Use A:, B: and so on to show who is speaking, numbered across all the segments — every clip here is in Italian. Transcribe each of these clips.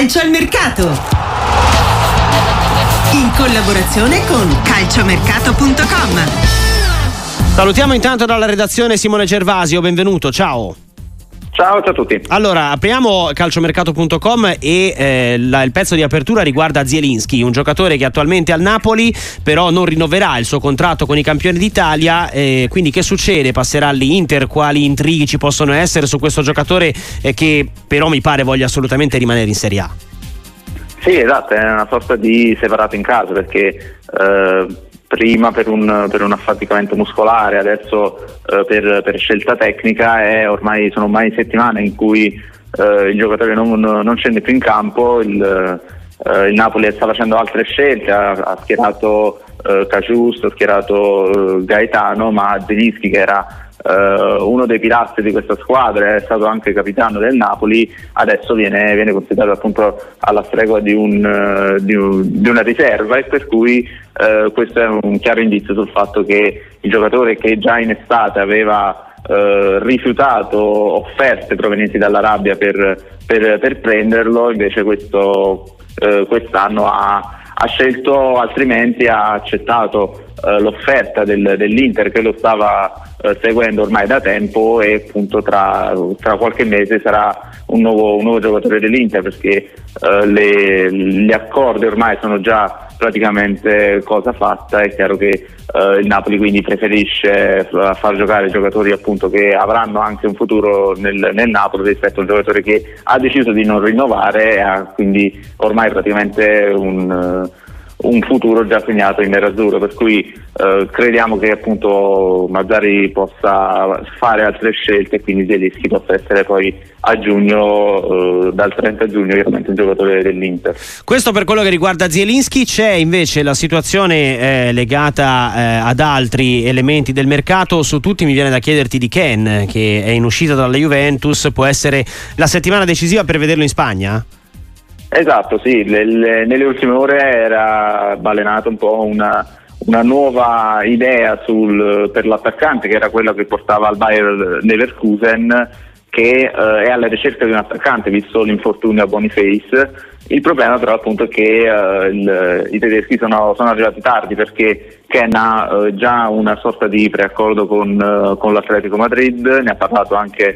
A: Calcio al mercato, in collaborazione con calciomercato.com.
B: Salutiamo intanto dalla redazione Simone Gervasio, benvenuto, ciao.
C: Ciao a tutti.
B: Allora, apriamo calciomercato.com e il pezzo di apertura riguarda Zielinski, un giocatore che attualmente è al Napoli, però non rinnoverà il suo contratto con i campioni d'Italia. Quindi che succede? Passerà all'Inter? Quali intrighi ci possono essere su questo giocatore che però mi pare voglia assolutamente rimanere in Serie A?
C: Sì, esatto, è una sorta di separato in casa, perché prima per un affaticamento muscolare, adesso per scelta tecnica, sono ormai settimane in cui il giocatore non scende più in campo. Il Napoli sta facendo altre scelte, ha schierato Cajus, ha schierato Gaetano, ma Zielinski, che era uno dei pilastri di questa squadra, è stato anche capitano del Napoli, adesso viene considerato appunto alla stregua di una riserva, e per cui questo è un chiaro indizio sul fatto che il giocatore, che già in estate aveva rifiutato offerte provenienti dall'Arabia per prenderlo, invece quest'anno ha scelto, altrimenti ha accettato l'offerta dell'Inter, che lo stava seguendo ormai da tempo, e appunto tra qualche mese sarà un nuovo giocatore dell'Inter, perché gli accordi ormai sono già praticamente cosa fatta. È chiaro che il Napoli quindi preferisce far giocare giocatori appunto che avranno anche un futuro nel Napoli, rispetto a un giocatore che ha deciso di non rinnovare e ha quindi ormai praticamente un futuro già segnato in nerazzurro, per cui crediamo che appunto Mazzarri possa fare altre scelte, e quindi Zielinski possa essere poi a giugno, dal 30 giugno, chiaramente un giocatore dell'Inter.
B: Questo per quello che riguarda Zielinski. C'è invece la situazione legata ad altri elementi del mercato. Su tutti mi viene da chiederti di Ken, che è in uscita dalla Juventus. Può essere la settimana decisiva per vederlo in Spagna?
C: Esatto, sì, nelle ultime ore era balenata un po' una nuova idea per l'attaccante, che era quella che portava al Bayer Leverkusen, che è alla ricerca di un attaccante, visto l'infortunio a Boniface. Il problema però appunto è che i tedeschi sono arrivati tardi, perché Ken ha già una sorta di preaccordo con l'Atletico Madrid, ne ha parlato anche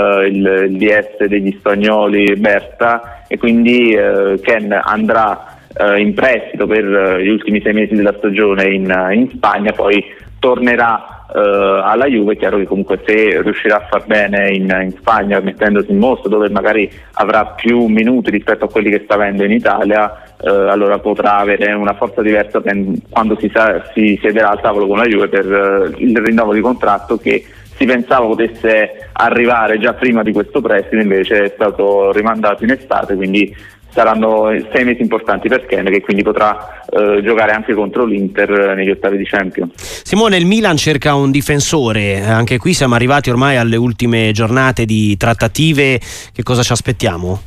C: il DS degli spagnoli Berta, e quindi Ken andrà in prestito per gli ultimi 6 mesi della stagione in Spagna, poi tornerà alla Juve. È chiaro che comunque, se riuscirà a far bene in Spagna, mettendosi in mostra, dove magari avrà più minuti rispetto a quelli che sta avendo in Italia, allora potrà avere una forza diversa quando si siederà al tavolo con la Juve per il rinnovo di contratto, che si pensava potesse arrivare già prima di questo prestito, invece è stato rimandato in estate, quindi saranno 6 mesi importanti per Ken, che quindi potrà giocare anche contro l'Inter negli ottavi di Champions.
B: Simone, il Milan cerca un difensore, anche qui siamo arrivati ormai alle ultime giornate di trattative. Che cosa ci aspettiamo?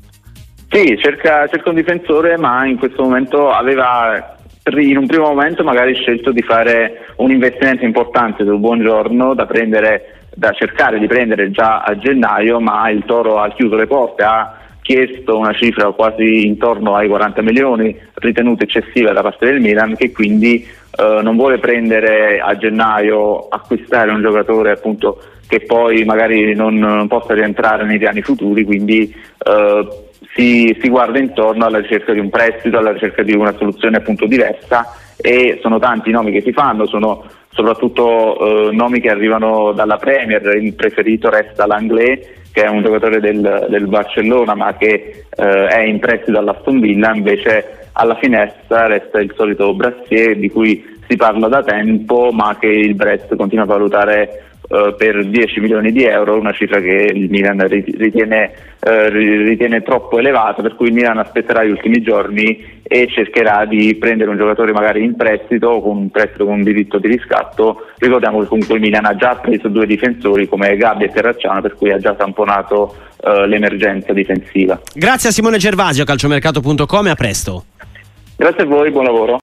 C: Sì, cerca un difensore, ma in questo momento aveva in un primo momento magari scelto di fare un investimento importante sul Buongiorno da cercare di prendere già a gennaio, ma il Toro ha chiuso le porte, ha chiesto una cifra quasi intorno ai 40 milioni, ritenuta eccessiva da parte del Milan, che quindi non vuole prendere a gennaio, acquistare un giocatore appunto che poi magari non possa rientrare nei piani futuri, quindi si guarda intorno alla ricerca di un prestito, alla ricerca di una soluzione appunto diversa, e sono tanti i nomi che si fanno, sono soprattutto nomi che arrivano dalla Premier. Il preferito resta Langlais, che è un giocatore del Barcellona, ma che è in prestito all'Aston Villa. Invece alla finestra resta il solito Brassier, di cui si parla da tempo, ma che il Brest continua a valutare per 10 milioni di euro, una cifra che il Milan ritiene troppo elevata, per cui il Milan aspetterà gli ultimi giorni e cercherà di prendere un giocatore magari in prestito, con diritto di riscatto. Ricordiamo che comunque il Milan ha già preso 2 difensori come Gabbi e Terracciano, per cui ha già tamponato l'emergenza difensiva.
B: Grazie a Simone Gervasio, calciomercato.com, e a presto.
C: Grazie a voi, buon lavoro.